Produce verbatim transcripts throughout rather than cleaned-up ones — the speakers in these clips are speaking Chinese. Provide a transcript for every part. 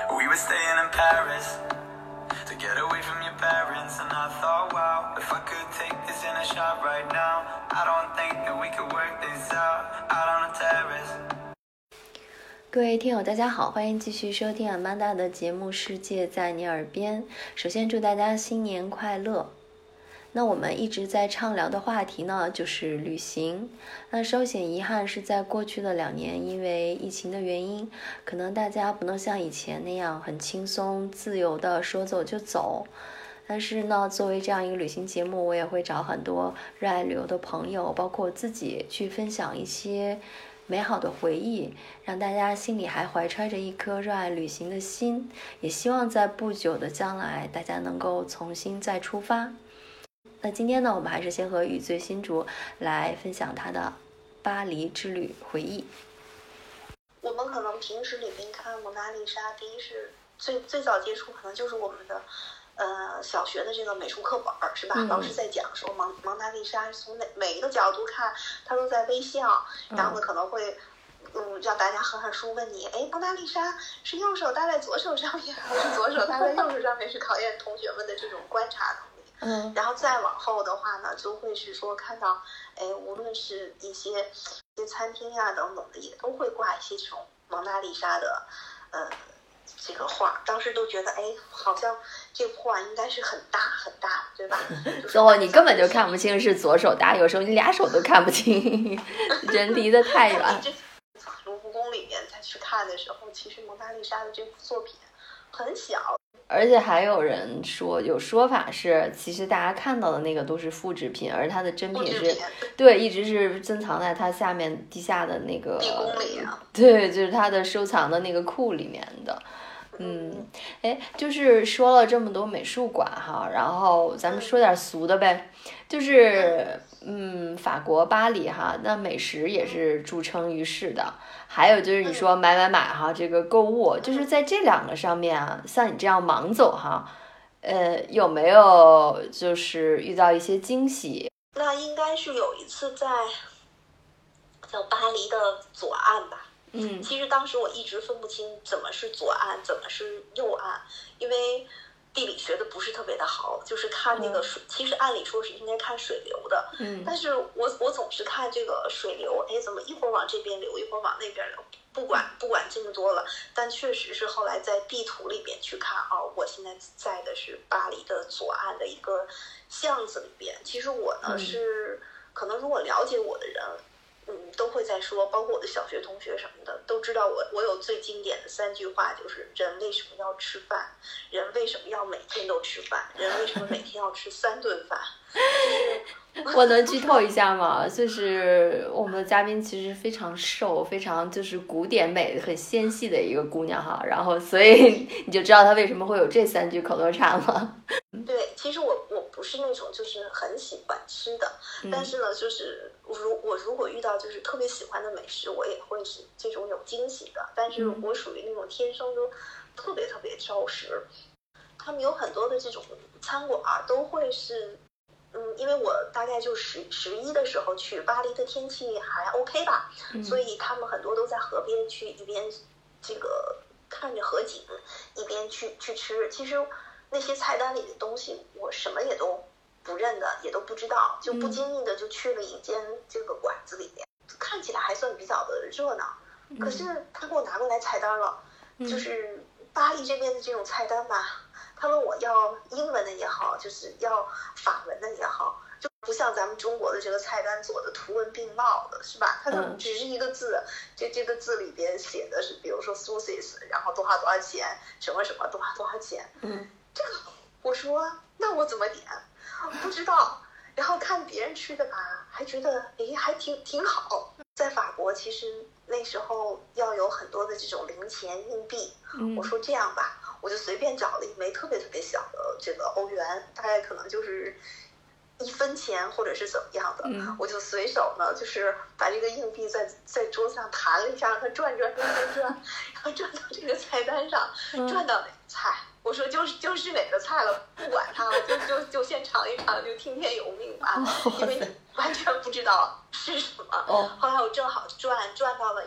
We were staying in Paris to get away from your parents, and I thought, wow, if I could take this in a shot right now, I don't think that we could work this out out on a terrace。 各位听友大家好，欢迎继续收听阿曼达的节目《世界在你耳边》。首先祝大家新年快乐。那我们一直在畅聊的话题呢，就是旅行。那稍显遗憾是在过去的两年，因为疫情的原因，可能大家不能像以前那样很轻松自由的说走就走。但是呢，作为这样一个旅行节目，我也会找很多热爱旅游的朋友，包括我自己，去分享一些美好的回忆，让大家心里还怀揣着一颗热爱旅行的心。也希望在不久的将来，大家能够重新再出发。那今天呢，我们还是先和雨醉新竹来分享他的巴黎之旅回忆。 我们可能平时里边看蒙娜丽莎，第一是最最早接触，可能就是我们的呃小学的这个美术课本，是吧？嗯、老师在讲说蒙蒙娜丽莎从每每一个角度看，她都在微笑，然后呢可能会嗯让大家狠狠书问你，哎，蒙娜丽莎是右手搭在左手上面，还是左手搭在右手上面？是考验同学们的这种观察能力。嗯，然后再往后的话呢，就会是说看到，哎，无论是一些一些餐厅呀、啊、等等的，也都会挂一些这种蒙娜丽莎的，呃，这个画。当时都觉得，哎，好像这幅画应该是很大很大，对吧？ 哦，你根本就看不清是左手搭，有时候你俩手都看不清，人离得太远。 卢浮宫里面再去看的时候，其实蒙娜丽莎的这幅作品很小。 而且还有人说，有说法是，其实大家看到的那个都是复制品，而它的真品是，对，一直是珍藏在它下面地下的那个地宫里啊， 对，就是它的收藏的那个库里面的。嗯，哎，就是说了这么多美术馆哈，然后咱们说点俗的呗，就是嗯，法国巴黎哈，那美食也是著称于世的。还有就是你说买买买哈，这个购物就是在这两个上面啊，像你这样盲走哈，呃，有没有就是遇到一些惊喜？ 那应该是有一次在叫巴黎的左岸吧。嗯，其实当时我一直分不清怎么是左岸，怎么是右岸，因为地理学的不是特别的好，就是看那个水，嗯、其实按理说是应该看水流的，嗯，但是我我总是看这个水流，哎，怎么一会儿往这边流，一会儿往那边流，不管不管这么多了，但确实是后来在地图里边去看，哦，我现在在的是巴黎的左岸的一个巷子里边。其实我呢、嗯、是可能如果了解我的人。嗯，都会在说，包括我的小学同学什么的，都知道我我有最经典的三句话，就是人为什么要吃饭，人为什么要每天都吃饭，人为什么每天要吃三顿饭。就是我能剧透一下吗？就是我们的嘉宾其实非常瘦，非常就是古典美很纤细的一个姑娘哈，然后所以你就知道她为什么会有这三句口头禅了。 对，其实我我不是那种就是很喜欢吃的，嗯、但是呢，就是如我如果遇到就是特别喜欢的美食，我也会是这种有惊喜的。但是我属于那种天生就特别特别挑食，他们有很多的这种餐馆都会是，嗯，因为我大概就十十一的时候去巴黎的天气还 OK 吧，嗯、所以他们很多都在河边去一边这个看着河景，一边去去吃。其实。那些菜单里的东西我什么也都不认得，也都不知道，就不经意的就去了一间这个馆子里面，嗯、看起来还算比较的热闹。可是他给我拿过来菜单了，嗯、就是巴黎这边的这种菜单吧，他问我要英文的也好，就是要法文的也好，就不像咱们中国的这个菜单做的图文并茂的，是吧？它可能只是一个字，这这个字里边写的是，比如说 sauces， 然后多少多少钱，什么什么多少多少钱，嗯。这个我说那我怎么点？不知道。然后看别人吃的吧，还觉得诶还挺挺好。在法国其实那时候要有很多的这种零钱硬币，嗯、我说这样吧，我就随便找了一枚特别特别小的这个欧元，大概可能就是一分钱或者是怎么样的，嗯、我就随手呢就是把这个硬币在在桌子上弹了一下，让它转转转转转，然后转到这个菜单上，嗯、转到哪个菜。我说就是就是哪个菜了，不管它了，就就就先尝一尝，就听天由命吧，因为你完全不知道是什么。哦、后来我正好转转到了，应该是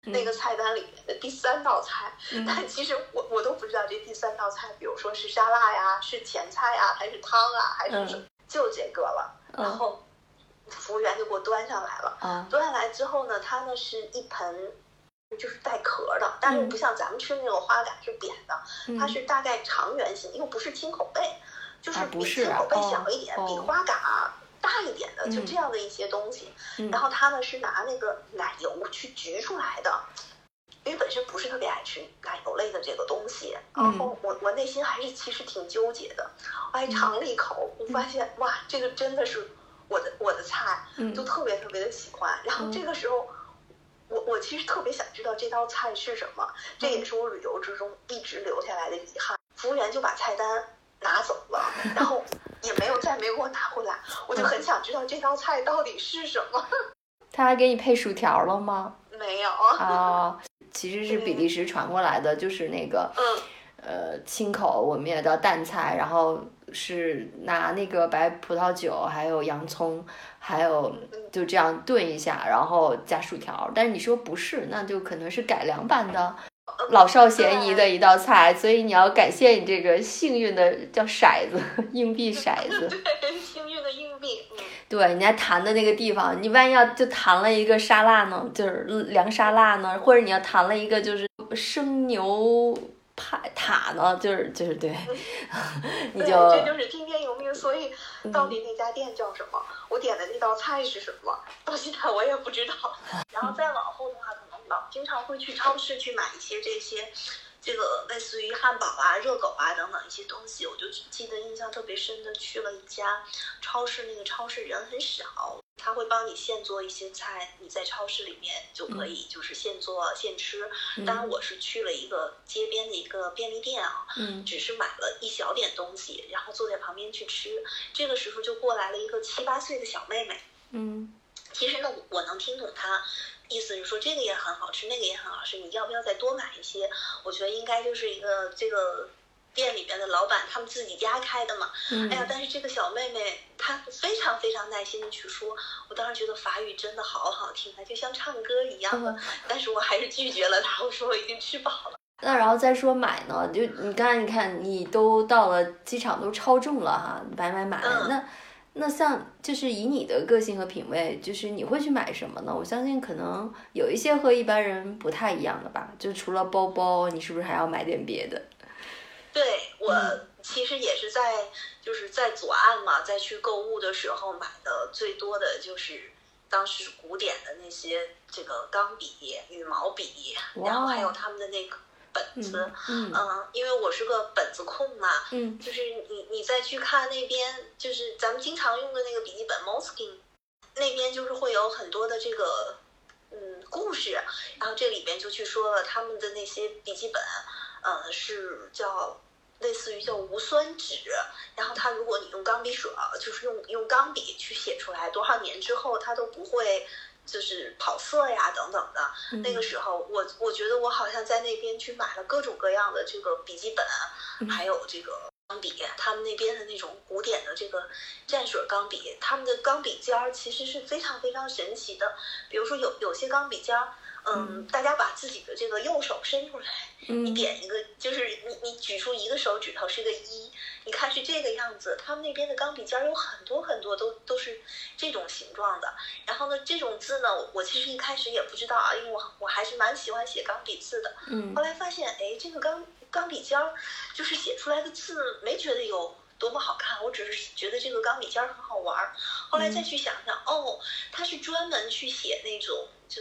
那个菜单里面的第三道菜， 嗯、 但其实我我都不知道这第三道菜，比如说是沙拉呀，是前菜呀，还是汤啊，还是什么，嗯、就这个了。 嗯、 然后服务员就给我端上来了。 嗯、 端上来之后呢，它呢是一盆。就是带壳的，但是不像咱们吃的那种花蛤是扁的， 嗯、 它是大概长圆形，又不是青口贝，就是比青口贝小一点， 啊、 比花蛤大一点的， 嗯、 就这样的一些东西。 嗯、 然后它呢是拿那个奶油去焗出来的，因为本身不是特别爱吃奶油类的这个东西， 嗯、 然后我我内心还是其实挺纠结的。我还尝了一口，我发现哇，这个真的是我的我的菜，就特别特别的喜欢。然后这个时候。我我其实特别想知道这道菜是什么，这也是我旅游之中一直留下来的遗憾。服务员就把菜单拿走了，然后也没有再没给我拿回来，我就很想知道这道菜到底是什么。 他还给你配薯条了吗？ 没有啊，其实是比利时传过来的，就是那个嗯呃青口，我们也叫淡菜，然后是拿那个白葡萄酒，还有洋葱，还有就这样炖一下，然后加薯条。但是你说不是，那就可能是改良版的，老少咸宜的一道菜。所以你要感谢你这个幸运的叫骰子，硬币骰子。 对，幸运的硬币。嗯、 对，你还弹的那个地方，你万一要就弹了一个沙拉呢，就是凉沙拉呢，或者你要弹了一个就是生牛。塔塔呢，就是就是对，你就这就是听天由命。所以到底那家店叫什么？嗯、我点的那道菜是什么？到现在我也不知道。然后再往后的话，可能老经常会去超市去买一些这些，这个类似于汉堡啊、热狗啊等等一些东西。我就记得印象特别深的，去了一家超市，那个超市人很少。他会帮你现做一些菜，你在超市里面就可以就是现做现吃。 嗯、 当然我是去了一个街边的一个便利店啊， 嗯， 只是买了一小点东西，然后坐在旁边去吃。这个时候就过来了一个七八岁的小妹妹， 嗯， 其实呢我能听懂她意思，是说这个也很好吃，那个也很好吃，你要不要再多买一些？我觉得应该就是一个这个。店里面的老板他们自己家开的嘛， 嗯、 哎呀，但是这个小妹妹她非常非常耐心的去说，我当时觉得法语真的好好听啊，就像唱歌一样的，嗯、但是我还是拒绝了她，我说我已经吃饱了。 那然后再说买呢，就你刚才你看你都到了机场都超重了哈，买买买， 嗯、 那那像就是以你的个性和品味，就是你会去买什么呢？我相信可能有一些和一般人不太一样的吧，就除了包包，你是不是还要买点别的？ 对，我其实也是在就是在左岸嘛，在去购物的时候买的最多的就是当时古典的那些这个钢笔、羽毛笔，然后还有他们的那个本子， 嗯, 嗯, 嗯，因为我是个本子控嘛， 嗯， 就是你你再去看那边，就是咱们经常用的那个笔记本 Moleskine， 那边就是会有很多的这个嗯故事，然后这里边就去说了他们的那些笔记本，呃，是叫。类似于叫无酸纸，然后它如果你用钢笔水，就是用用钢笔去写出来，多少年之后它都不会就是跑色呀等等的。 嗯、 那个时候我我觉得我好像在那边去买了各种各样的这个笔记本， 嗯、 还有这个钢笔，他们那边的那种古典的这个蘸水钢笔，他们的钢笔尖儿其实是非常非常神奇的。比如说有有些钢笔尖儿。嗯，大家把自己的这个右手伸出来， 嗯、 你点一个，就是你你举出一个手指头是个一，你看是这个样子。他们那边的钢笔尖有很多很多都都是这种形状的。然后呢，这种字呢，我我其实一开始也不知道啊，因为我我还是蛮喜欢写钢笔字的。 嗯。 后来发现，哎，这个钢钢笔尖就是写出来的字，没觉得有多么好看，我只是觉得这个钢笔尖很好玩。后来再去想想，嗯、哦，它是专门去写那种就是。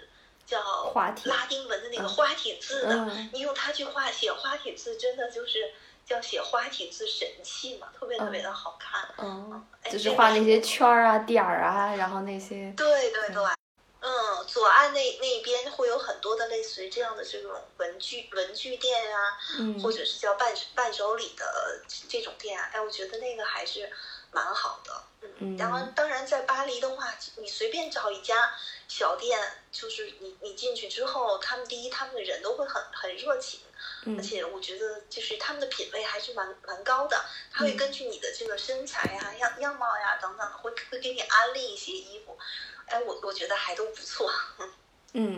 叫拉丁文的那个花体字的， 嗯、 你用它去画写花体字，真的就是叫写花体字神器嘛，特别特别的好看。 嗯，嗯就是画那些圈儿啊、点儿啊，然后那些。 对对对，嗯，左岸那那边会有很多的类似于这样的这种文具文具店啊， 嗯、 或者是叫伴伴手礼的这种店啊，哎，我觉得那个还是蛮好的。嗯，然后当然在巴黎的话，你随便找一家小店，就是你你进去之后，他们第一他们的人都会很很热情， 嗯、 而且我觉得就是他们的品味还是蛮蛮高的，他会根据你的这个身材呀、样样貌呀等等，会会给你安利一些衣服，哎，我我觉得还都不错。 嗯，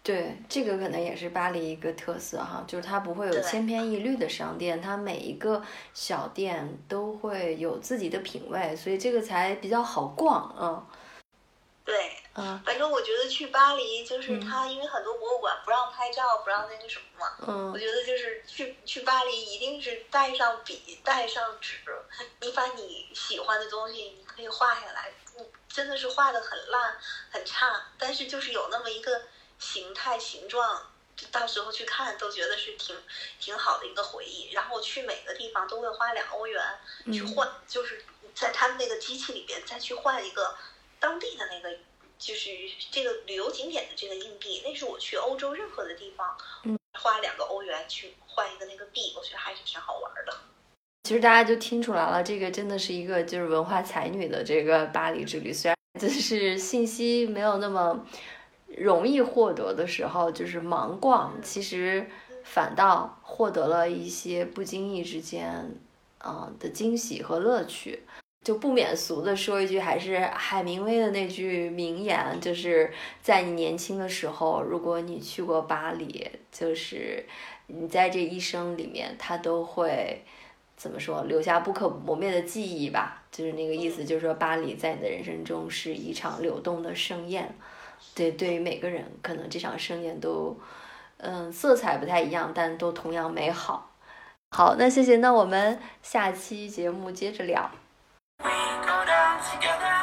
对，这个可能也是巴黎一个特色哈，就是它不会有千篇一律的商店，它每一个小店都会有自己的品味，所以这个才比较好逛。嗯， 对， 嗯， 反正我觉得去巴黎就是它，因为很多博物馆不让拍照，不让那个什么嘛。 嗯， 我觉得就是去去巴黎一定是带上笔，带上纸，你把你喜欢的东西你可以画下来，你真的是画的很烂很差，但是就是有那么一个形态形状，到时候去看都觉得是挺挺好的一个回忆。然后我去每个地方都会花两欧元去换，嗯、就是在他们那个机器里边再去换一个当地的那个就是这个旅游景点的这个硬币。那是我去欧洲任何的地方，嗯，花两个欧元去换一个那个币，我觉得还是挺好玩的。 其实大家就听出来了，这个真的是一个就是文化才女的这个巴黎之旅。虽然就是信息没有那么容易获得的时候，就是盲逛，其实反倒获得了一些不经意之间啊、呃、的惊喜和乐趣。就不免俗的说一句，还是海明威的那句名言，就是在你年轻的时候，如果你去过巴黎，就是你在这一生里面，它都会怎么说，留下不可磨灭的记忆吧。就是那个意思，就是说巴黎在你的人生中是一场流动的盛宴。对，对于每个人，可能这场盛宴都，嗯，色彩不太一样，但都同样美好。好，那谢谢，那我们下期节目接着聊。We go down together.